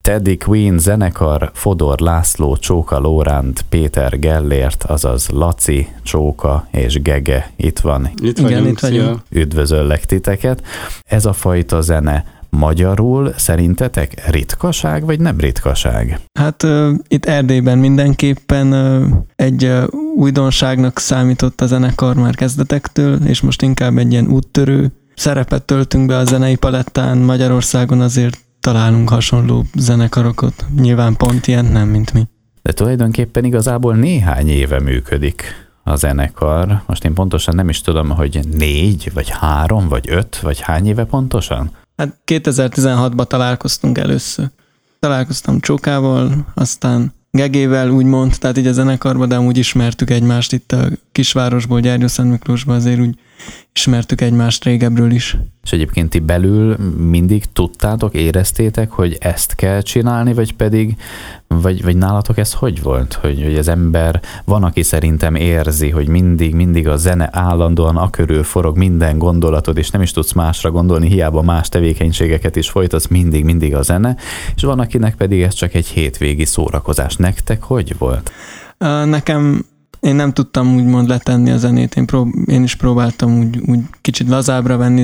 Teddy Queen zenekar, Fodor László, Csóka Lóránt, Péter Gellért, azaz Laci, Csóka és Gege itt van. Itt vagyunk. Üdvözöllek titeket. Ez a fajta zene magyarul szerintetek ritkaság, vagy nem ritkaság? Hát itt Erdélyben mindenképpen egy újdonságnak számított a zenekar már kezdetektől, és most inkább egy ilyen úttörő szerepet töltünk be a zenei palettán. Magyarországon azért találunk hasonló zenekarokat. Nyilván pont ilyen nem, mint mi. De tulajdonképpen igazából néhány éve működik a zenekar. Most én pontosan nem is tudom, hogy 4, vagy 3, vagy 5, vagy hány éve pontosan? Hát 2016-ban találkoztunk először. Találkoztam Csókával, aztán Gegével úgymond, tehát így a zenekarban, de amúgy ismertük egymást itt a kisvárosból, Gyergyószentmiklósban, azért úgy ismertük egymást régebről is. És egyébként ti belül mindig tudtátok, éreztétek, hogy ezt kell csinálni, vagy pedig, vagy nálatok ez hogy volt? Hogy az ember, van, aki szerintem érzi, hogy mindig a zene állandóan akörül forog minden gondolatod, és nem is tudsz másra gondolni, hiába más tevékenységeket is folytatsz, mindig a zene, és van, akinek pedig ez csak egy hétvégi szórakozás. Nektek hogy volt? Nekem én nem tudtam úgymond letenni a zenét, én is próbáltam úgy kicsit lazábbra venni,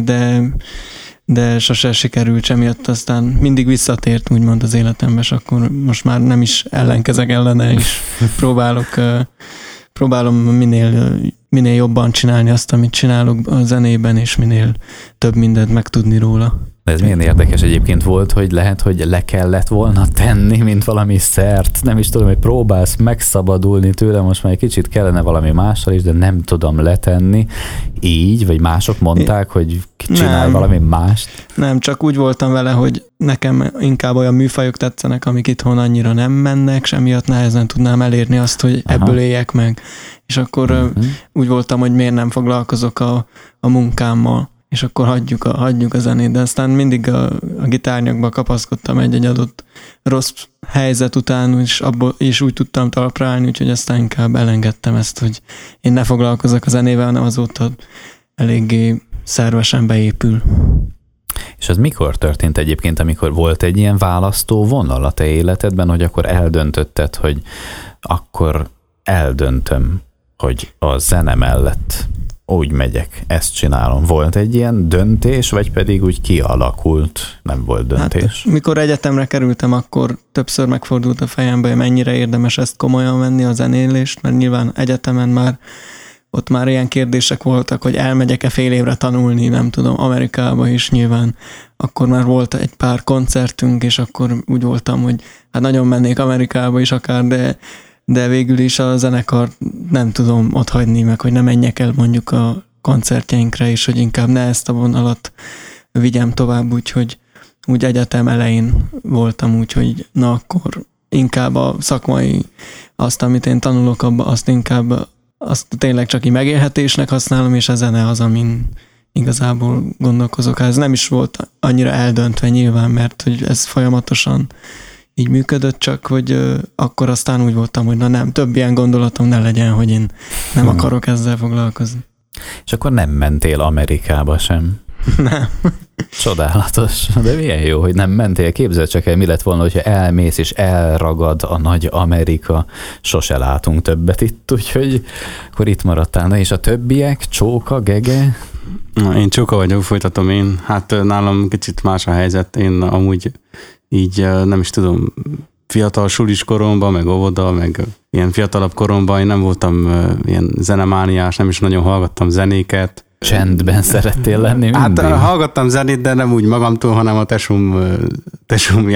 de sose sikerült semmiatt, aztán mindig visszatért úgymond az életembe, és akkor most már nem is ellenkezek ellene, és próbálom minél jobban csinálni azt, amit csinálok a zenében, és minél több mindent megtudni róla. De ez milyen érdekes egyébként volt, hogy lehet, hogy le kellett volna tenni, mint valami szert. Nem is tudom, hogy próbálsz megszabadulni tőle, most már egy kicsit kellene valami mással is, de nem tudom letenni. Így, vagy mások mondták, hogy csinálj valami mást? Nem, csak úgy voltam vele, hogy nekem inkább olyan műfajok tetszenek, amik itthon annyira nem mennek, semmiatt nehezen tudnám elérni azt, hogy ebből éljek meg. És akkor úgy voltam, hogy miért nem foglalkozok a munkámmal, és akkor hagyjuk a zenét, de aztán mindig a gitárnyakba kapaszkodtam egy adott rossz helyzet után, és abból is úgy tudtam talpra állni, úgyhogy aztán inkább elengedtem ezt, hogy én ne foglalkozzak a zenével, hanem azóta eléggé szervesen beépül. És az mikor történt egyébként, amikor volt egy ilyen választó vonal a te életedben, hogy akkor eldöntötted, hogy akkor eldöntöm, hogy a zene mellett úgy megyek, ezt csinálom. Volt egy ilyen döntés, vagy pedig úgy kialakult, nem volt döntés? Hát, mikor egyetemre kerültem, akkor többször megfordult a fejembe, hogy mennyire érdemes ezt komolyan venni, a zenélést, mert nyilván egyetemen ott már ilyen kérdések voltak, hogy elmegyek-e fél évre tanulni, nem tudom, Amerikába is nyilván. Akkor már volt egy pár koncertünk, és akkor úgy voltam, hogy hát nagyon mennék Amerikába is akár, de végül is a zenekar nem tudom otthagyni, meg hogy ne menjek el mondjuk a koncertjeinkre, és hogy inkább ne ezt a vonalat vigyem tovább, úgyhogy úgy egyetem elején voltam, úgyhogy na akkor inkább a szakmai, azt, amit én tanulok, azt inkább azt tényleg csak így megélhetésnek használom, és a zene az, amin igazából gondolkozok. Ez nem is volt annyira eldöntve nyilván, mert hogy ez folyamatosan így működött, csak hogy akkor aztán úgy voltam, hogy na nem, több ilyen gondolatom ne legyen, hogy én nem akarok ezzel foglalkozni. És akkor nem mentél Amerikába sem? Nem. Csodálatos, de milyen jó, hogy nem mentél. Képzeld csak el, mi lett volna, hogyha elmész és elragad a nagy Amerika. Sose látunk többet itt, úgyhogy akkor itt maradtál. Na és a többiek? Csóka, Gege? Na, én Csóka vagyok, folytatom én. Hát nálam kicsit más a helyzet. Én amúgy így nem is tudom, fiatal sulis koromban, meg óvoda, meg ilyen fiatalabb koromban én nem voltam ilyen zenemániás, nem is nagyon hallgattam zenéket. Csendben szerettél lenni mindig? Hát hallgattam zenét, de nem úgy magamtól, hanem a tesóm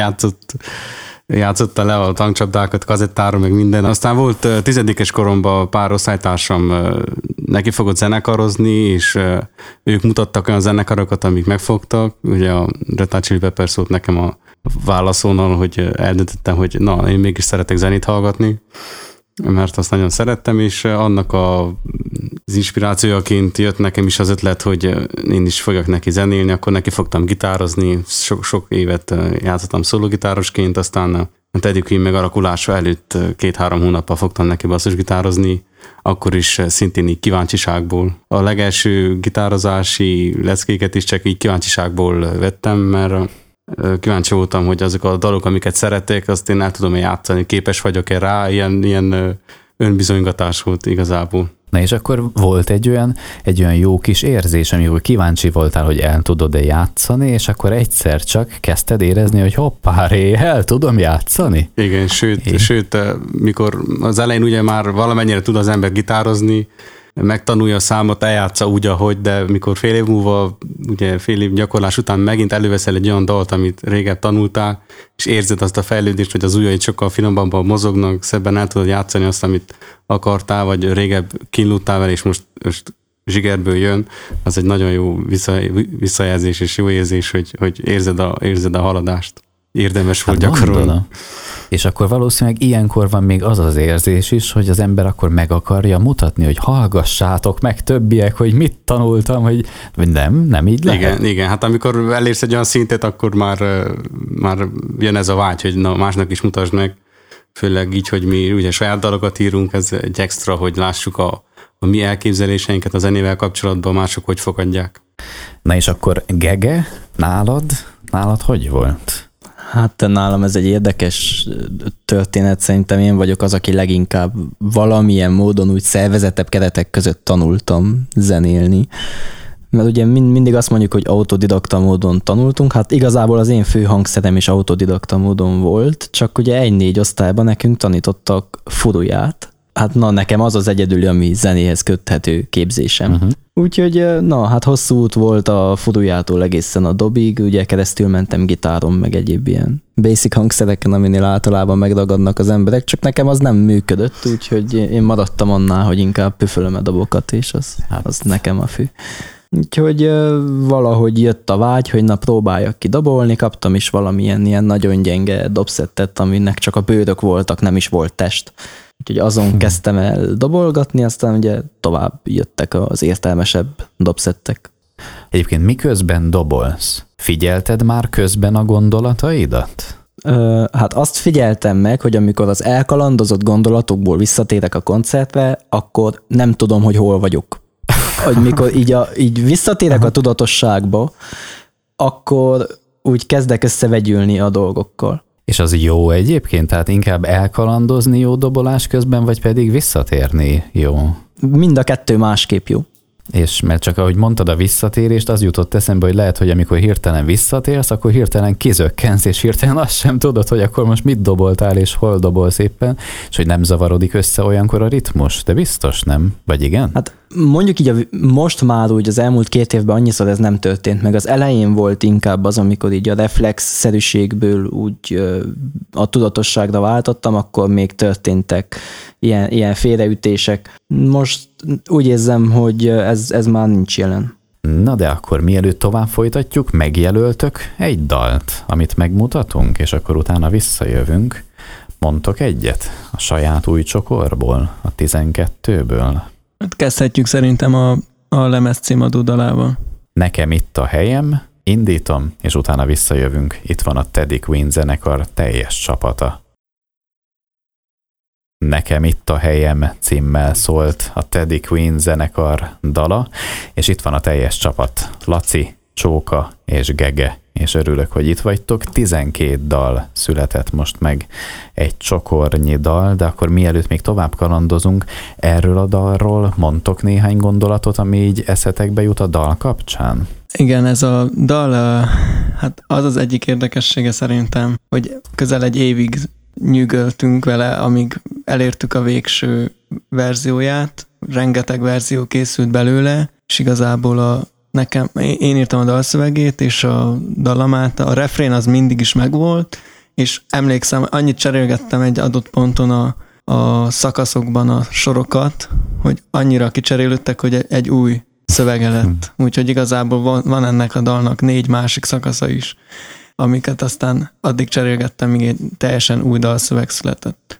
játszotta le a tankcsapdákat kazettára, meg minden. Aztán volt 10-es koromban pár osztálytársam neki fogott zenekarozni, és ők mutattak olyan zenekarokat, amik megfogtak. Ugye a Red Hot Chili Peppers szólt nekem a válaszónal, hogy eldöntöttem, hogy na, én mégis szeretek zenét hallgatni, mert azt nagyon szerettem, és annak az inspirációjaként jött nekem is az ötlet, hogy én is fogok neki zenélni, akkor neki fogtam gitározni, sok évet játszottam szólógitárosként, aztán a Teddy Queen megalakulása előtt 2-3 hónappal fogtam neki basszusgitározni, akkor is szintén így kíváncsiságból. A legelső gitározási leckéket is csak így kíváncsiságból vettem, mert kíváncsi voltam, hogy azok a dalok, amiket szerették, azt én el tudom játszani, képes vagyok-e rá, ilyen önbizonygatás volt igazából. Na és akkor volt egy olyan jó kis érzés, amikor kíváncsi voltál, hogy el tudod-e játszani, és akkor egyszer csak kezdted érezni, hogy hoppáré, el tudom játszani? Igen, sőt, mikor az elején ugye már valamennyire tud az ember gitározni, megtanulja a számot, eljátsza úgy, ahogy, de mikor fél év múlva, ugye fél év gyakorlás után megint előveszel egy olyan dalt, amit régebb tanultál, és érzed azt a fejlődést, hogy az ujjaid sokkal finomabban mozognak, szebben el tudod játszani azt, amit akartál, vagy régebb kínlódtál vele, és most zsigerből jön, az egy nagyon jó visszajelzés és jó érzés, hogy érzed a haladást. Érdemes volt gyakorolni. És akkor valószínűleg ilyenkor van még az érzés is, hogy az ember akkor meg akarja mutatni, hogy hallgassátok meg többiek, hogy mit tanultam, hogy nem így lehet. Igen, hát amikor elérsz egy olyan szintet, akkor már jön ez a vágy, hogy na, másnak is mutasd meg, főleg így, hogy mi ugye saját dalokat írunk, ez egy extra, hogy lássuk a mi elképzeléseinket a zenével kapcsolatban, mások hogy fogadják. Na és akkor Gege, nálad hogy volt? Hát nálam ez egy érdekes történet, szerintem én vagyok az, aki leginkább valamilyen módon úgy szervezettebb keretek között tanultam zenélni. Mert ugye mindig azt mondjuk, hogy autodidakta módon tanultunk, hát igazából az én fő hangszerem is autodidakta módon volt, csak ugye 1-4 osztályban nekünk tanítottak furuját. Hát nekem az egyedüli, ami zenéhez köthető képzésem. Uh-huh. Úgyhogy hát hosszú út volt a furujától egészen a dobig, ugye keresztül mentem gitáron, meg egyéb ilyen basic hangszereken, aminél általában megragadnak az emberek, csak nekem az nem működött, úgyhogy én maradtam annál, hogy inkább püfölöm a dobokat, és az nekem a fő. Úgyhogy valahogy jött a vágy, hogy próbáljak ki dobolni, kaptam is valamilyen ilyen nagyon gyenge dobszettet, aminek csak a bőrök voltak, nem is volt test. Úgyhogy azon kezdtem el dobolgatni, aztán ugye tovább jöttek az értelmesebb dobszettek. Egyébként miközben dobolsz? Figyelted már közben a gondolataidat? Hát azt figyeltem meg, hogy amikor az elkalandozott gondolatokból visszatérek a koncertre, akkor nem tudom, hogy hol vagyok. Hogy mikor így visszatérek a tudatosságba, akkor úgy kezdek összevegyülni a dolgokkal. És az jó egyébként? Tehát inkább elkalandozni jó dobolás közben, vagy pedig visszatérni jó? Mind a kettő másképp jó. És mert csak ahogy mondtad a visszatérést, az jutott eszembe, hogy lehet, hogy amikor hirtelen visszatérsz, akkor hirtelen kizökkensz, és hirtelen azt sem tudod, hogy akkor most mit doboltál, és hol dobolsz éppen, és hogy nem zavarodik össze olyankor a ritmus. De biztos nem? Vagy igen? Hát mondjuk így most már úgy az elmúlt 2 évben annyiszor ez nem történt, meg az elején volt inkább az, amikor így a reflex-szerűségből úgy a tudatosságra váltottam, akkor még történtek ilyen félreütések. Most úgy érzem, hogy ez már nincs jelen. Na de akkor mielőtt tovább folytatjuk, megjelöltök egy dalt, amit megmutatunk, és akkor utána visszajövünk. Mondtok egyet a saját új csokorból, a 12-ből. Hát kezdhetjük szerintem a lemez címadó dalával. Nekem itt a helyem, indítom, és utána visszajövünk. Itt van a Teddy Queen zenekar teljes csapata. Nekem itt a helyem címmel szólt a Teddy Queen zenekar dala, és itt van a teljes csapat. Laci, Csóka és Gege, és örülök, hogy itt vagytok. 12 dal született most meg, egy csokornyi dal, de akkor mielőtt még tovább kalandozunk, erről a dalról mondtok néhány gondolatot, ami így eszetekbe jut a dal kapcsán? Igen, ez a dal, hát az egyik érdekessége szerintem, hogy közel egy évig nyűgöltünk vele, amíg elértük a végső verzióját, rengeteg verzió készült belőle, és igazából én írtam a dalszövegét, és a dalamát, a refrén az mindig is megvolt, és emlékszem, annyit cserélgettem egy adott ponton a szakaszokban a sorokat, hogy annyira kicserélődtek, hogy egy új szövege lett. Úgyhogy igazából van ennek a dalnak 4 másik szakasza is, amiket aztán addig cserélgettem, míg egy teljesen új dalszöveg született.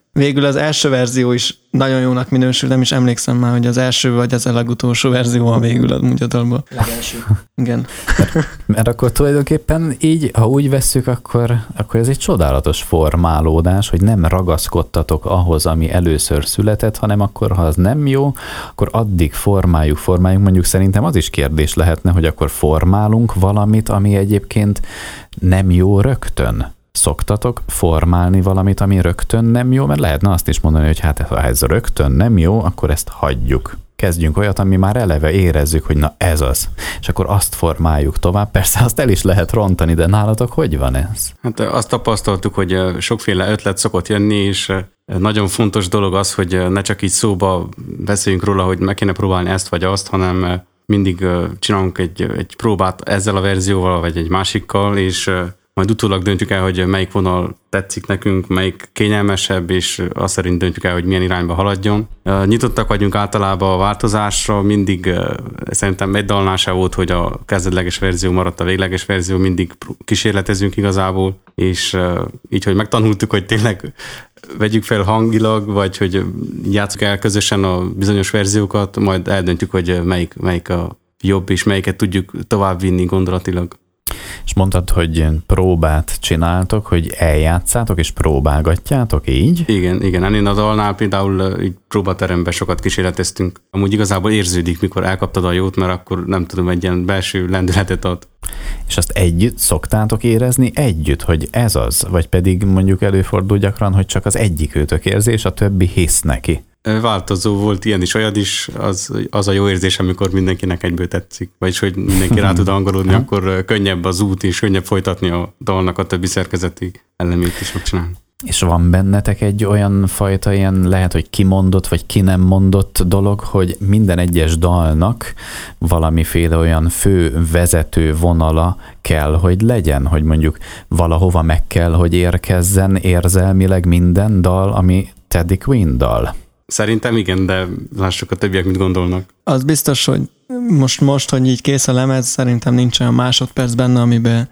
Végül az első verzió is nagyon jónak minősül, nem is emlékszem már, hogy az első vagy az a legutolsó verzió van végül amúgy a dalban. Legelső. Igen. Mert akkor tulajdonképpen így, ha úgy vesszük, akkor ez egy csodálatos formálódás, hogy nem ragaszkodtatok ahhoz, ami először született, hanem akkor, ha az nem jó, akkor addig formáljuk. Mondjuk szerintem az is kérdés lehetne, hogy akkor formálunk valamit, ami egyébként nem jó rögtön. Szoktatok formálni valamit, ami rögtön nem jó, mert lehetne azt is mondani, hogy hát ha ez rögtön nem jó, akkor ezt hagyjuk. Kezdjünk olyat, ami már eleve érezzük, hogy na ez az. És akkor azt formáljuk tovább. Persze azt el is lehet rontani, de nálatok hogy van ez? Hát azt tapasztaltuk, hogy sokféle ötlet szokott jönni, és nagyon fontos dolog az, hogy ne csak így szóba beszéljünk róla, hogy meg kéne próbálni ezt vagy azt, hanem mindig csinálunk egy próbát ezzel a verzióval, vagy egy másikkal, és majd utólag döntjük el, hogy melyik vonal tetszik nekünk, melyik kényelmesebb, és azt szerint döntjük el, hogy milyen irányba haladjon. Nyitottak vagyunk általában a változásra, mindig szerintem egy dalnál se volt, hogy a kezdetleges verzió maradt a végleges verzió, mindig kísérletezünk igazából, és így, hogy megtanultuk, hogy tényleg vegyük fel hangilag, vagy hogy játsszuk el közösen a bizonyos verziókat, majd eldöntjük, hogy melyik a jobb, és melyiket tudjuk továbbvinni gondolatilag. És mondtad, hogy próbát csináltok, hogy eljátszátok és próbálgatjátok így? Igen. Ennél a dalnál például így próbateremben sokat kísérleteztünk. Amúgy igazából érződik, mikor elkaptad a jót, mert akkor nem tudom, egy ilyen belső lendületet ad. És azt együtt szoktátok érezni együtt, hogy ez az? Vagy pedig mondjuk előfordul gyakran, hogy csak az egyik őtök érzi, és a többi hisz neki? Változó volt ilyen is, olyan is, az a jó érzés, amikor mindenkinek egyből tetszik. Vagyis, hogy mindenki rá tud angolódni, akkor könnyebb az út, és könnyebb folytatni a dalnak a többi szerkezeti elemét is megcsinálni. És van bennetek egy olyan fajta ilyen, lehet, hogy kimondott, vagy ki nem mondott dolog, hogy minden egyes dalnak valamiféle olyan fő vezető vonala kell, hogy legyen, hogy mondjuk valahova meg kell, hogy érkezzen érzelmileg minden dal, ami Teddy Quinn dal. Szerintem igen, de lássuk a többiek mit gondolnak. Az biztos, hogy most, hogy így kész a lemez, szerintem nincs olyan másodperc benne,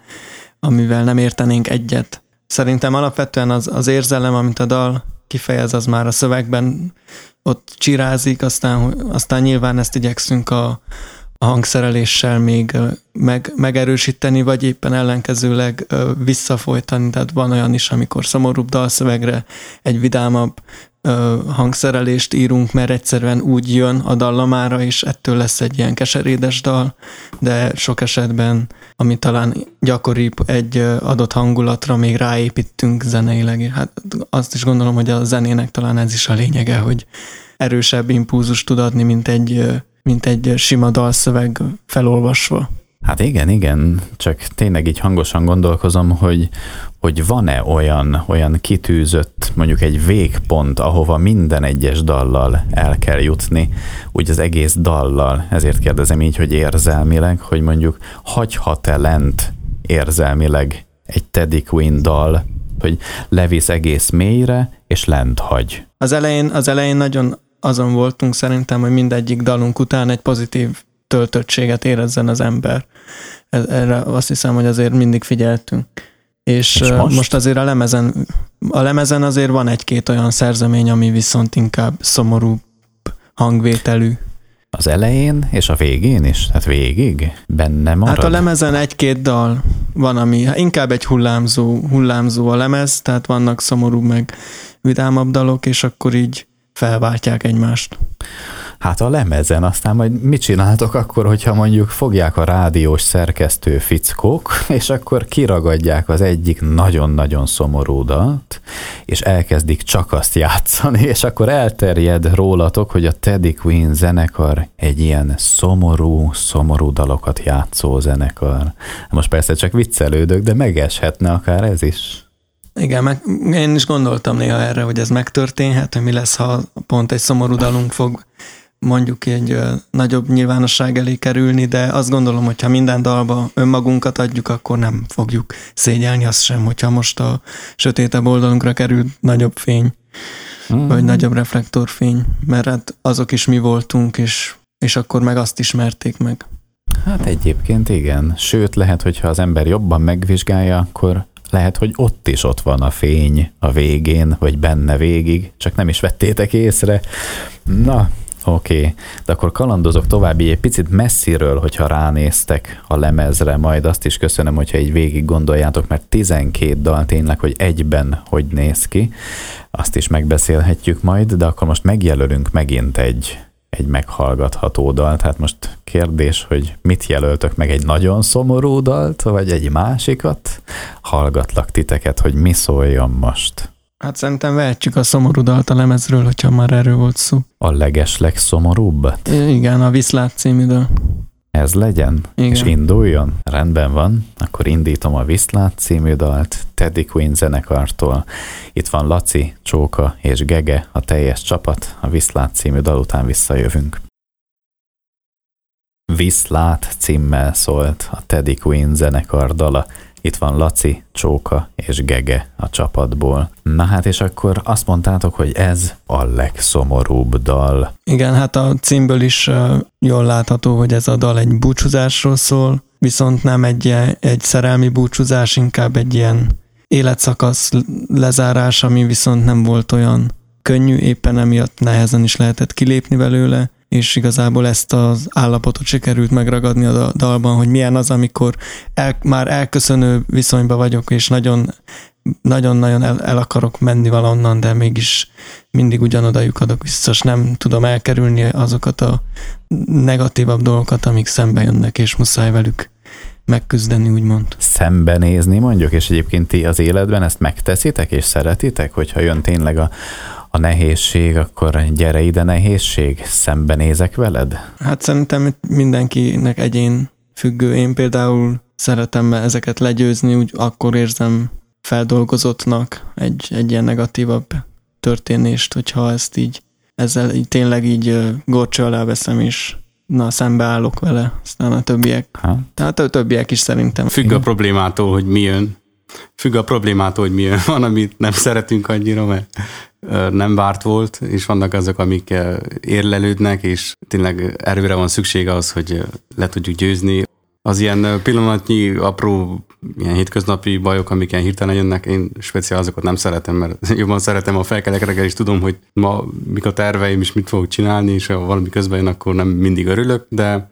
amivel nem értenénk egyet. Szerintem alapvetően az érzelem, amit a dal kifejez, az már a szövegben ott csirázik, aztán nyilván ezt igyekszünk a hangszereléssel még megerősíteni, vagy éppen ellenkezőleg visszafolytani. Tehát van olyan is, amikor szomorúbb dalszövegre egy vidámabb hangszerelést írunk, mert egyszerűen úgy jön a dallamára, és ettől lesz egy ilyen keserédes dal, de sok esetben, ami talán gyakoribb, egy adott hangulatra még ráépítünk zeneileg. Hát azt is gondolom, hogy a zenének talán ez is a lényege, hogy erősebb impulzus tud adni, mint egy sima dalszöveg felolvasva. Hát igen, csak tényleg így hangosan gondolkozom, hogy van-e olyan kitűzött, mondjuk egy végpont, ahova minden egyes dallal el kell jutni, úgy az egész dallal. Ezért kérdezem így, hogy érzelmileg, hogy mondjuk hagyhat-e lent érzelmileg egy Teddy Quinn dal, hogy levisz egész mélyre, és lent hagy. Az elején nagyon azon voltunk szerintem, hogy mindegyik dalunk után egy pozitív töltöttséget érezzen az ember. Erre azt hiszem, hogy azért mindig figyeltünk. És most azért a lemezen azért van egy-két olyan szerzemény, ami viszont inkább szomorú hangvételű. Az elején és a végén is? Tehát végig benne marad? Hát a lemezen egy-két dal van, ami inkább egy hullámzó a lemez, tehát vannak szomorú meg vidámabb dalok, és akkor így felváltják egymást. Hát a lemezen, aztán majd mit csináltok akkor, hogyha mondjuk fogják a rádiós szerkesztő fickók, és akkor kiragadják az egyik nagyon-nagyon szomorú dalt, és elkezdik csak azt játszani, és akkor elterjed rólatok, hogy a Teddy Quinn zenekar egy ilyen szomorú dalokat játszó zenekar. Most persze csak viccelődök, de megeshetne akár ez is. Igen, én is gondoltam néha erre, hogy ez megtörténhet, hogy mi lesz, ha pont egy szomorú dalunk fog mondjuk egy nagyobb nyilvánosság elé kerülni, de azt gondolom, hogy ha minden dalba önmagunkat adjuk, akkor nem fogjuk szégyelni azt sem, hogyha most a sötétebb oldalunkra kerül nagyobb fény, vagy nagyobb reflektorfény, mert hát azok is mi voltunk, és akkor meg azt ismerték meg. Hát egyébként igen. Sőt, lehet, hogyha az ember jobban megvizsgálja, lehet, hogy ott is ott van a fény a végén, vagy benne végig, csak nem is vettétek észre. Na, oké. De akkor kalandozok tovább egy picit messziről, hogyha ránéztek a lemezre, majd azt is köszönöm, hogyha így végig gondoljátok, mert 12 dal tényleg, hogy egyben hogy néz ki, azt is megbeszélhetjük majd, de akkor most megjelölünk megint egy meghallgatható dalt. Tehát most kérdés, hogy mit jelöltök meg, egy nagyon szomorú dalt, vagy egy másikat? Hallgatlak titeket, hogy mi szóljon most. Hát szerintem vehetjük a szomorú dalt a lemezről, hogyha már erről volt szó. A legesleg szomorúbbat? Igen, a Viszlát című dal. Ez legyen? Igen. És induljon? Rendben van, akkor indítom a Viszlát című dalt Teddy Queen zenekartól. Itt van Laci, Csóka és Gege, a teljes csapat. A Viszlát című dal után visszajövünk. Viszlát címmel szólt a Teddy Queen zenekar dala. Itt van Laci, Csóka és Gege a csapatból. Na hát, és akkor azt mondtátok, hogy ez a legszomorúbb dal. Igen, hát a címből is jól látható, hogy ez a dal egy búcsúzásról szól, viszont nem egy szerelmi búcsúzás, inkább egy ilyen életszakasz lezárás, ami viszont nem volt olyan könnyű, éppen emiatt nehezen is lehetett kilépni belőle, és igazából ezt az állapotot sikerült megragadni a dalban, hogy milyen az, amikor már elköszönő viszonyban vagyok, és nagyon-nagyon el akarok menni valonnan, de mégis mindig ugyanoda lyukadok vissza, és nem tudom elkerülni azokat a negatívabb dolgokat, amik szembe jönnek, és muszáj velük megküzdeni, úgymond. Szembenézni mondjuk, és egyébként ti az életben ezt megteszitek, és szeretitek, hogyha jön tényleg a nehézség, akkor gyere ide nehézség, szembenézek veled? Hát szerintem mindenkinek egyén függő. Én például szeretem ezeket legyőzni, úgy akkor érzem feldolgozottnak egy ilyen negatívabb történést, hogyha ezt ezzel tényleg így górcső alá veszem, és szembeállok vele, aztán a többiek. Tehát a többiek is szerintem. Függ a problémától, hogy mi jön. Van, amit nem szeretünk annyira, mert nem várt volt, és vannak azok, amik érlelődnek, és tényleg erőre van szüksége az, hogy le tudjuk győzni. Az ilyen pillanatnyi, apró, ilyen hétköznapi bajok, amik ilyen hirtelen jönnek, én speciál azokat nem szeretem, mert jobban szeretem, a felkelek reggel, és tudom, hogy ma mik a terveim, és mit fogok csinálni, és ha valami közben jön, akkor nem mindig örülök, de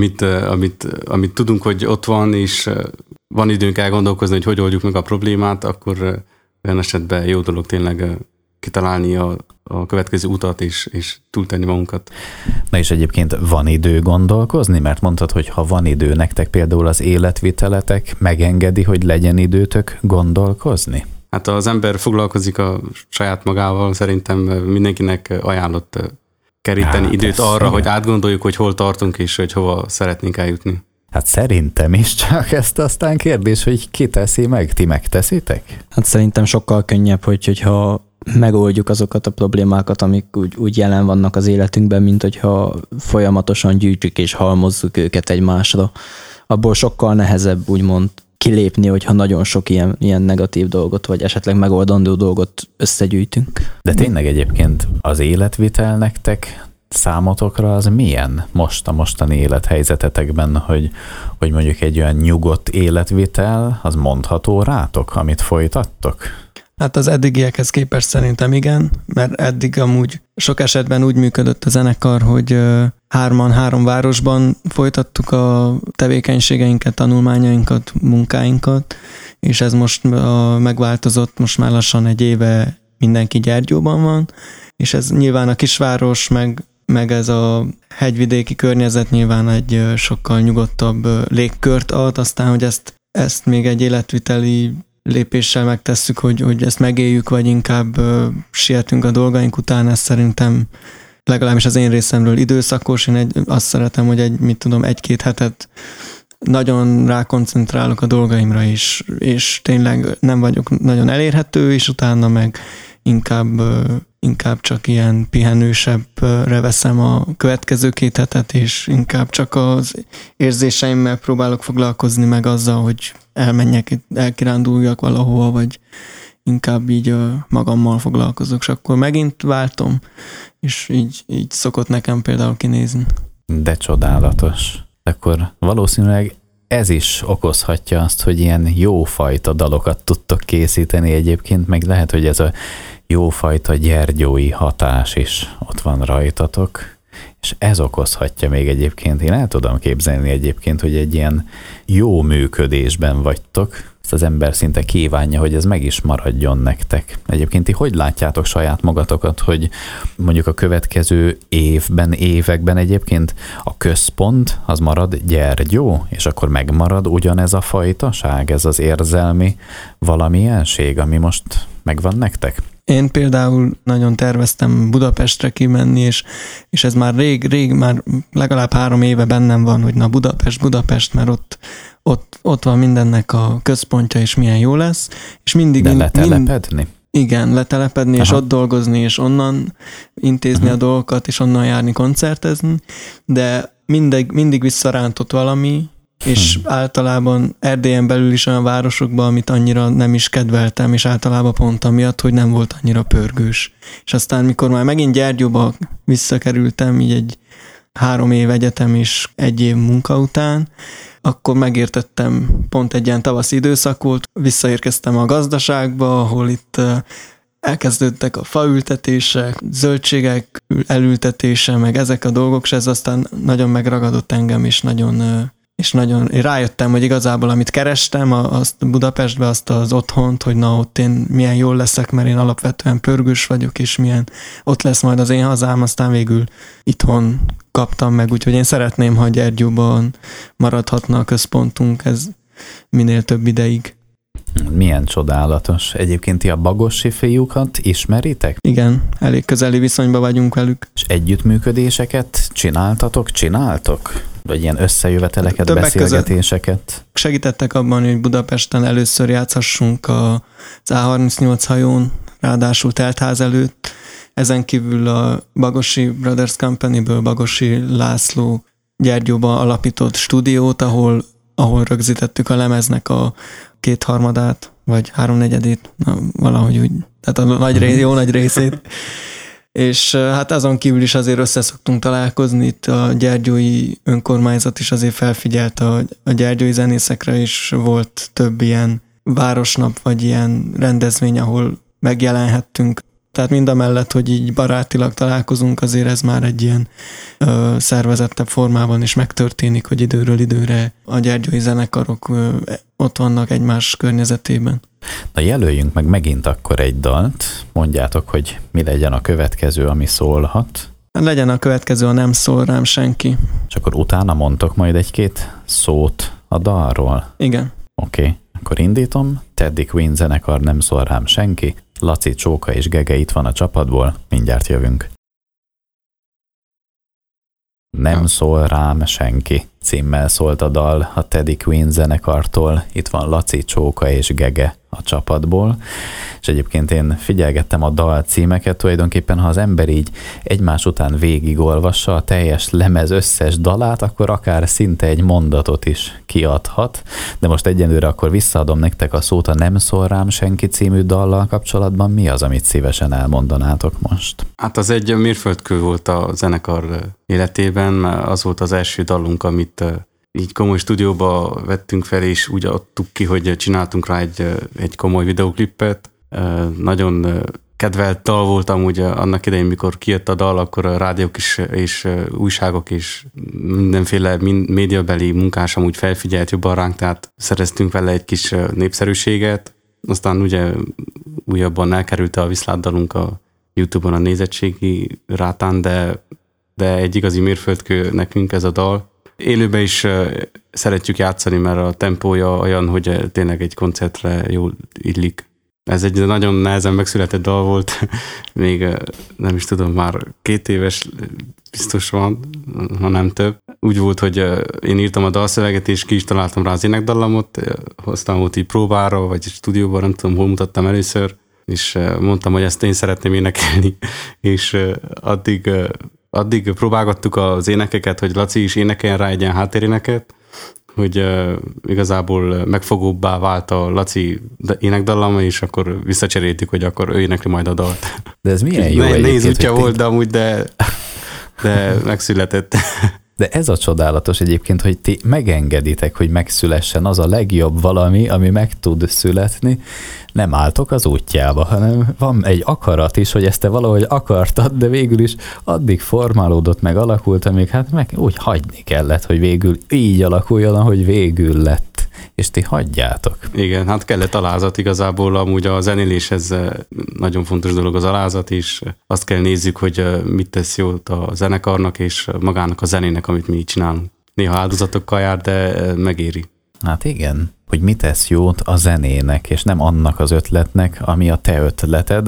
amit tudunk, hogy ott van, és van időnk elgondolkozni, hogy oldjuk meg a problémát, akkor olyan esetben jó dolog tényleg kitalálni a következő utat, és túltenni magunkat. Na és egyébként van idő gondolkozni? Mert mondtad, hogy ha van idő, nektek például az életviteletek megengedi, hogy legyen időtök gondolkozni? Hát az ember foglalkozik a saját magával, szerintem mindenkinek ajánlott keríteni időt arra, hogy átgondoljuk, hogy hol tartunk, és hogy hova szeretnénk eljutni. Hát szerintem is, csak ezt aztán kérdés, hogy ki teszi meg, ti megteszitek? Hát szerintem sokkal könnyebb, hogyha megoldjuk azokat a problémákat, amik úgy jelen vannak az életünkben, mint hogyha folyamatosan gyűjtjük és halmozzuk őket egymásra. Abból sokkal nehezebb úgymond kilépni, hogyha nagyon sok ilyen negatív dolgot, vagy esetleg megoldandó dolgot összegyűjtünk. De tényleg egyébként az életvitel nektek számotokra az milyen most a mostani élethelyzetetekben, hogy mondjuk egy olyan nyugodt életvitel, az mondható rátok, amit folytattok? Hát az eddigiekhez képest szerintem igen, mert eddig amúgy sok esetben úgy működött a zenekar, hogy három városban folytattuk a tevékenységeinket, tanulmányainkat, munkáinkat, és ez most megváltozott, most már lassan egy éve mindenki Gyergyóban van, és ez nyilván a kisváros, meg ez a hegyvidéki környezet nyilván egy sokkal nyugodtabb légkört ad, aztán, hogy ezt még egy életviteli lépéssel megtesszük, hogy ezt megéljük, vagy inkább sietünk a dolgaink után, ez szerintem legalábbis az én részemről időszakos. Én azt szeretem, hogy egy-két hetet nagyon rákoncentrálok a dolgaimra is, és tényleg nem vagyok nagyon elérhető, és utána meg inkább csak ilyen pihenősebbre veszem a következő 2 hetet, és inkább csak az érzéseimmel próbálok foglalkozni, meg azzal, hogy elmenjek, elkiránduljak valahova, vagy inkább így magammal foglalkozok, és akkor megint váltom, és így szokott nekem például kinézni. De csodálatos. Akkor valószínűleg ez is okozhatja azt, hogy ilyen jófajta dalokat tudtok készíteni egyébként, meg lehet, hogy ez a jófajta gyergyói hatás is ott van rajtatok, és ez okozhatja még egyébként, én el tudom képzelni egyébként, hogy egy ilyen jó működésben vagytok, ezt az ember szinte kívánja, hogy ez meg is maradjon nektek. Egyébként ti hogy látjátok saját magatokat, hogy mondjuk a következő években egyébként a központ az marad Gyergyó, és akkor megmarad ugyanez a fajtaság, ez az érzelmi valamilyenség, ami most megvan nektek? Én például nagyon terveztem Budapestre kimenni, és ez már rég, már legalább 3 éve bennem van, hogy na Budapest, mert ott van mindennek a központja, és milyen jó lesz. És mindig... De letelepedni? Igen, letelepedni, és ott dolgozni, és onnan intézni a dolgokat, és onnan járni, koncertezni, de mindig visszarántott valami, és általában Erdélyen belül is olyan városokban, amit annyira nem is kedveltem, és általában pont amiatt, hogy nem volt annyira pörgős. És aztán, mikor már megint Gyergyóba visszakerültem, így egy 3 év egyetem és 1 év munka után, akkor megértettem, pont egy ilyen tavaszi időszak volt, visszaérkeztem a gazdaságba, ahol itt elkezdődtek a faültetések, zöldségek elültetése, meg ezek a dolgok, és ez aztán nagyon megragadott engem, és nagyon én rájöttem, hogy igazából amit kerestem, azt Budapestben, azt az otthont, hogy na ott én milyen jól leszek, mert én alapvetően pörgős vagyok, és milyen ott lesz majd az én hazám, aztán végül itthon kaptam meg, úgyhogy én szeretném, ha Gyergyóban maradhatna a központunk, ez minél több ideig. Milyen csodálatos. Egyébként ti a bagossi fiúkat ismeritek? Igen, elég közeli viszonyban vagyunk velük. És együttműködéseket csináltok? Vagy ilyen összejöveteleket, többek beszélgetéseket? Segítettek abban, hogy Budapesten először játszhassunk az A38 hajón, ráadásul teltház előtt. Ezen kívül a Bagossi Brothers Company-ből Bagossi László Gyergyóban alapított stúdiót, ahol rögzítettük a lemeznek a 2/3, vagy 3/4, valahogy úgy, tehát a jó nagy részét. És hát azon kívül is azért összeszoktunk találkozni, itt a gyergyói önkormányzat is azért felfigyelt a gyergyói zenészekre, és volt több ilyen városnap, vagy ilyen rendezvény, ahol megjelenhettünk. Tehát mindamellett, hogy így barátilag találkozunk, azért ez már egy ilyen szervezettebb formában is megtörténik, hogy időről időre a gyergyói zenekarok ott vannak egymás környezetében. Na jelöljünk meg megint akkor egy dalt, mondjátok, hogy mi legyen a következő, ami szólhat. Legyen a következő, a Nem szól rám senki. És akkor utána mondtok majd 1-2 szót a dalról? Igen. Oké, akkor indítom. Teddy Queen zenekar, Nem szól rám senki. Laci, Csóka és Gege itt van a csapatból, mindjárt jövünk. Nem szól rám senki címmel szólt a dal a Teddy Queen zenekartól. Itt van Laci, Csóka és Gege a csapatból, és egyébként én figyelgettem a dal címeket, tulajdonképpen ha az ember így egymás után végigolvassa a teljes lemez összes dalát, akkor akár szinte egy mondatot is kiadhat, de most egyenlőre akkor visszaadom nektek a szót a Nem szól rám senki című dallal kapcsolatban. Mi az, amit szívesen elmondanátok most? Hát az egy mérföldkő volt a zenekar életében, mert az volt az első dalunk, amit így komoly stúdióba vettünk fel, és úgy adtuk ki, hogy csináltunk rá egy komoly videóklipet. Nagyon kedvelt dal volt amúgy annak idején, mikor kijött a dal, akkor a rádiók is, és újságok és mindenféle médiabeli munkás amúgy felfigyelt jobban ránk, tehát szereztünk vele egy kis népszerűséget. Aztán ugye újabban elkerült a viszlátdalunk a YouTube-on a nézettségi rátán, de egy igazi mérföldkő nekünk ez a dal. Élőben is szeretjük játszani, mert a tempója olyan, hogy tényleg egy koncertre jól illik. Ez egy nagyon nehezen megszületett dal volt, még nem is tudom, már 2 éves biztos van, ha nem több. Úgy volt, hogy én írtam a dalszöveget, és ki is találtam rá az énekdallamot, hoztam volt így próbára, vagy stúdióban, nem tudom, hol mutattam először, és mondtam, hogy ezt én szeretném énekelni, és addig próbálgattuk az énekeket, hogy Laci is énekeljen rá egy ilyen háttéréneket, hogy igazából megfogóbbá vált a Laci énekdallama, és akkor visszacseréltük, hogy akkor ő énekli majd a dalt. De ez milyen jó Nehéz útja volt, de amúgy, de megszületett. De ez a csodálatos egyébként, hogy ti megengeditek, hogy megszülessen az a legjobb valami, ami meg tud születni. Nem álltok az útjába, hanem van egy akarat is, hogy ezt te valahogy akartad, de végül is addig formálódott, meg alakult, amíg hát meg úgy hagyni kellett, hogy végül így alakuljon, ahogy végül lett. És ti hagyjátok. Igen, hát kellett alázat igazából, amúgy a zenéléshez nagyon fontos dolog az alázat is. Azt kell nézzük, hogy mit tesz jót a zenekarnak és magának a zenének, amit mi csinálunk. Néha áldozatokkal jár, de megéri. Hát igen, hogy mit tesz jót a zenének, és nem annak az ötletnek, ami a te ötleted,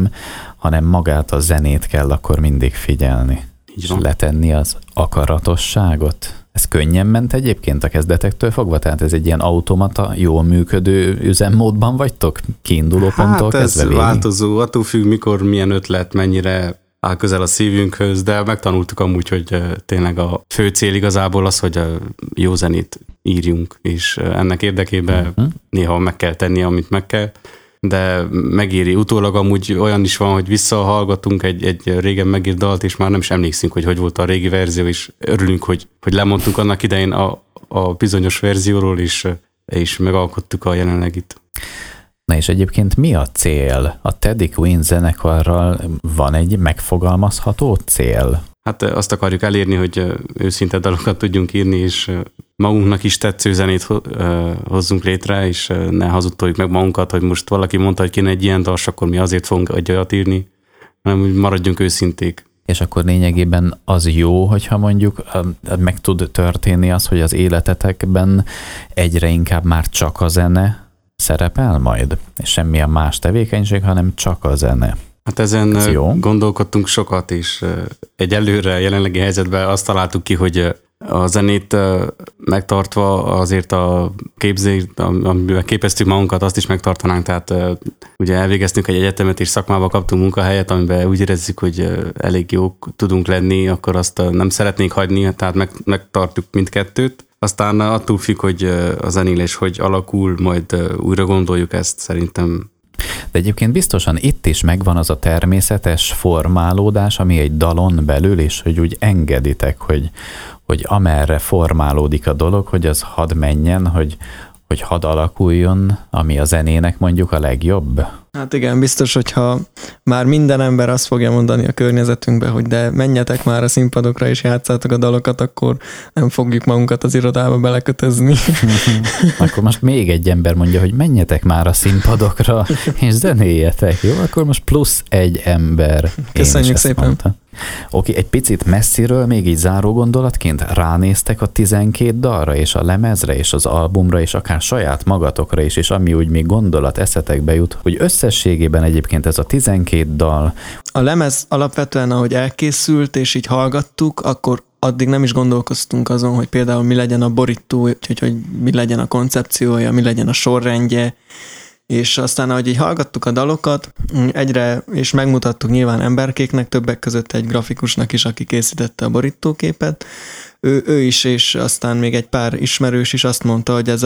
hanem magát a zenét kell akkor mindig figyelni. És letenni az akaratosságot. Ez könnyen ment egyébként a kezdetektől fogva? Tehát ez egy ilyen automata, jól működő üzemmódban vagytok? Kiinduló ponttól kezdve végig? Hát ez változó, attól függ, mikor, milyen ötlet, mennyire áll közel a szívünkhöz, de megtanultuk amúgy, hogy tényleg a fő cél igazából az, hogy jó zenét írjunk, és ennek érdekében néha meg kell tenni, amit meg kell, de megéri. Utólag amúgy olyan is van, hogy visszahallgatunk egy régen megírt dalt, és már nem is emlékszünk, hogy volt a régi verzió, és örülünk, hogy lemondtunk annak idején a bizonyos verzióról, és megalkottuk a jelenlegit. Na és egyébként mi a cél? A Teddy Quinn zenekarral van egy megfogalmazható cél? Hát azt akarjuk elérni, hogy őszinte dalokat tudjunk írni, és magunknak is tetsző zenét hozzunk létre, és ne hazudtoljuk meg magunkat, hogy most valaki mondta, hogy kéne egy ilyen dal, akkor mi azért fogunk egy olyat írni, hanem hogy maradjunk őszinték. És akkor lényegében az jó, hogyha mondjuk meg tud történni az, hogy az életetekben egyre inkább már csak a zene szerepel majd, és semmilyen más tevékenység, hanem csak a zene. Hát ezen gondolkodtunk sokat, és egyelőre jelenlegi helyzetben azt találtuk ki, hogy a zenét megtartva azért a képzést, amiben képeztük magunkat, azt is megtartanánk, tehát ugye elvégeztünk egy egyetemet, és szakmába kaptunk munkahelyet, amiben úgy érezzük, hogy elég jók tudunk lenni, akkor azt nem szeretnénk hagyni, tehát megtartjuk mindkettőt. Aztán attól függ, hogy a zenélés hogy alakul, majd újra gondoljuk ezt szerintem. De egyébként biztosan itt is megvan az a természetes formálódás, ami egy dalon belül, és hogy úgy engeditek, hogy amerre formálódik a dolog, hogy az hadd menjen, hogy hadd alakuljon, ami a zenének mondjuk a legjobb. Hát igen, biztos, hogyha már minden ember azt fogja mondani a környezetünkbe, hogy de menjetek már a színpadokra és játszátok a dalokat, akkor nem fogjuk magunkat az irodába belekötözni. Akkor most még egy ember mondja, hogy menjetek már a színpadokra és zenéljetek, jó? Akkor most plusz egy ember. Köszönjük szépen. Oké, egy picit messziről, még így záró gondolatként ránéztek a 12 dalra, és a lemezre, és az albumra, és akár saját magatokra is, és ami úgy még gondolat eszetekbe jut, hogy összességében egyébként ez a 12 dal. A lemez alapvetően, ahogy elkészült, és így hallgattuk, akkor addig nem is gondolkoztunk azon, hogy például mi legyen a borító, hogy mi legyen a koncepciója, mi legyen a sorrendje, és aztán, ahogy így hallgattuk a dalokat, egyre, és megmutattuk nyilván emberkéknek, többek között egy grafikusnak is, aki készítette a borítóképet, ő is, és aztán még egy pár ismerős is azt mondta, hogy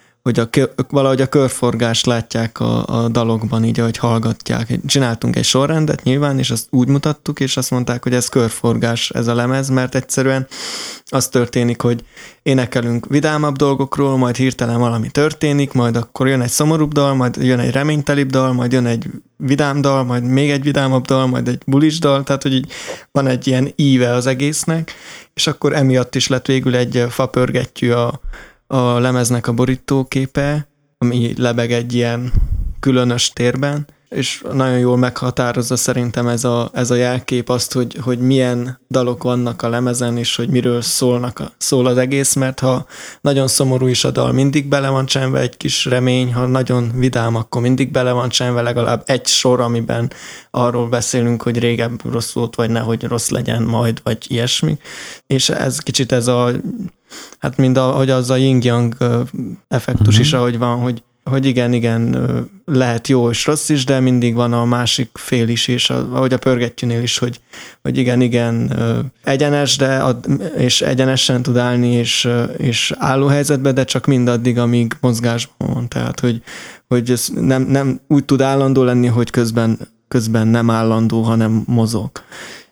valahogy a körforgást látják a dalokban, így ahogy hallgatják. Csináltunk egy sorrendet nyilván, és azt úgy mutattuk, és azt mondták, hogy ez körforgás, ez a lemez, mert egyszerűen az történik, hogy énekelünk vidámabb dolgokról, majd hirtelen valami történik, majd akkor jön egy szomorúbb dal, majd jön egy reménytelibb dal, majd jön egy vidám dal, majd még egy vidámabb dal, majd egy bulis dal, tehát hogy így van egy ilyen íve az egésznek, és akkor emiatt is lett végül egy fapörgettyű a lemeznek a borítóképe, ami lebeg egy ilyen különös térben, és nagyon jól meghatározza szerintem ez a jelkép azt, hogy milyen dalok vannak a lemezen, és hogy miről szól az egész, mert ha nagyon szomorú is a dal, mindig bele van csenve egy kis remény, ha nagyon vidám, akkor mindig bele van csenve legalább egy sor, amiben arról beszélünk, hogy régebb rossz volt, vagy nehogy rossz legyen majd, vagy ilyesmi. És ez kicsit hát mind ahogy az a yin-yang effektus is, ahogy van, hogy igen, lehet jó és rossz is, de mindig van a másik fél is, és ahogy a pörgettyűnél is, hogy igen, egyenes, és egyenesen tud állni, és álló helyzetben, de csak mindaddig, amíg mozgásban van. Tehát, hogy ez nem úgy tud állandó lenni, hogy közben nem állandó, hanem mozog.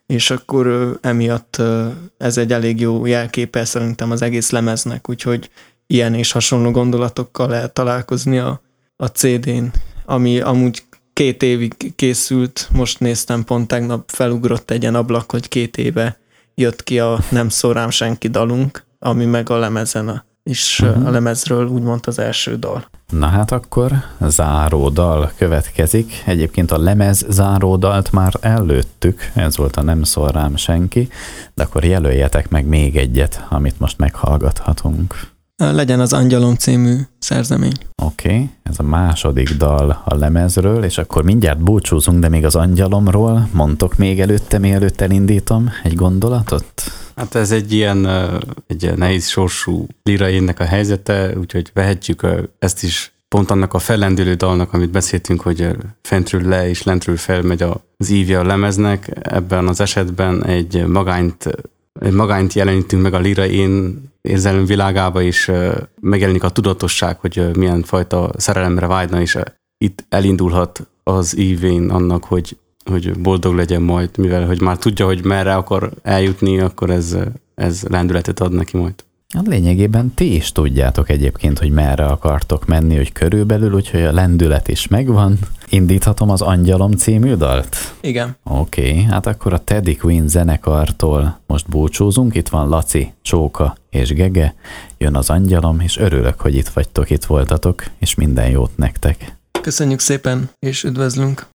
és akkor emiatt ez egy elég jó jelképe szerintem az egész lemeznek, úgyhogy ilyen és hasonló gondolatokkal lehet találkozni a CD-n, ami amúgy 2 évig készült, most néztem pont tegnap, felugrott egy ilyen ablak, hogy 2 éve jött ki a Nem szól rám senki dalunk, ami meg a lemezen és a lemezről úgymond az első dal. Na hát akkor záródal következik. Egyébként a lemez záródalt már előttük, ez volt a Nem szól rám senki, de akkor jelöljetek meg még egyet, amit most meghallgathatunk. Legyen az Angyalom című szerzemény. Oké, ez a második dal a lemezről, és akkor mindjárt búcsúzunk, de még az Angyalomról mondtok még előtte, mielőtt elindítom egy gondolatot? Hát ez egy ilyen egy nehéz sorsú Lira Énnek a helyzete, úgyhogy vehetjük ezt is pont annak a fellendülő dalnak, amit beszéltünk, hogy fentről le és lentről felmegy az ívja a lemeznek. Ebben az esetben egy magányt jelenítünk meg a Lira Én érzelem világába, és megjelenik a tudatosság, hogy milyen fajta szerelemre vágyna, és itt elindulhat az ívén annak, hogy boldog legyen majd, mivel hogy már tudja, hogy merre akar eljutni, akkor ez lendületet ad neki majd. Hát lényegében ti is tudjátok egyébként, hogy merre akartok menni, hogy körülbelül, úgyhogy a lendület is megvan. Indíthatom az Angyalom című dalt? Igen. Oké, hát akkor a Teddy Queen zenekartól most búcsúzunk. Itt van Laci, Csóka és Gege. Jön az Angyalom, és örülök, hogy itt vagytok, itt voltatok, és minden jót nektek. Köszönjük szépen, és üdvözlünk!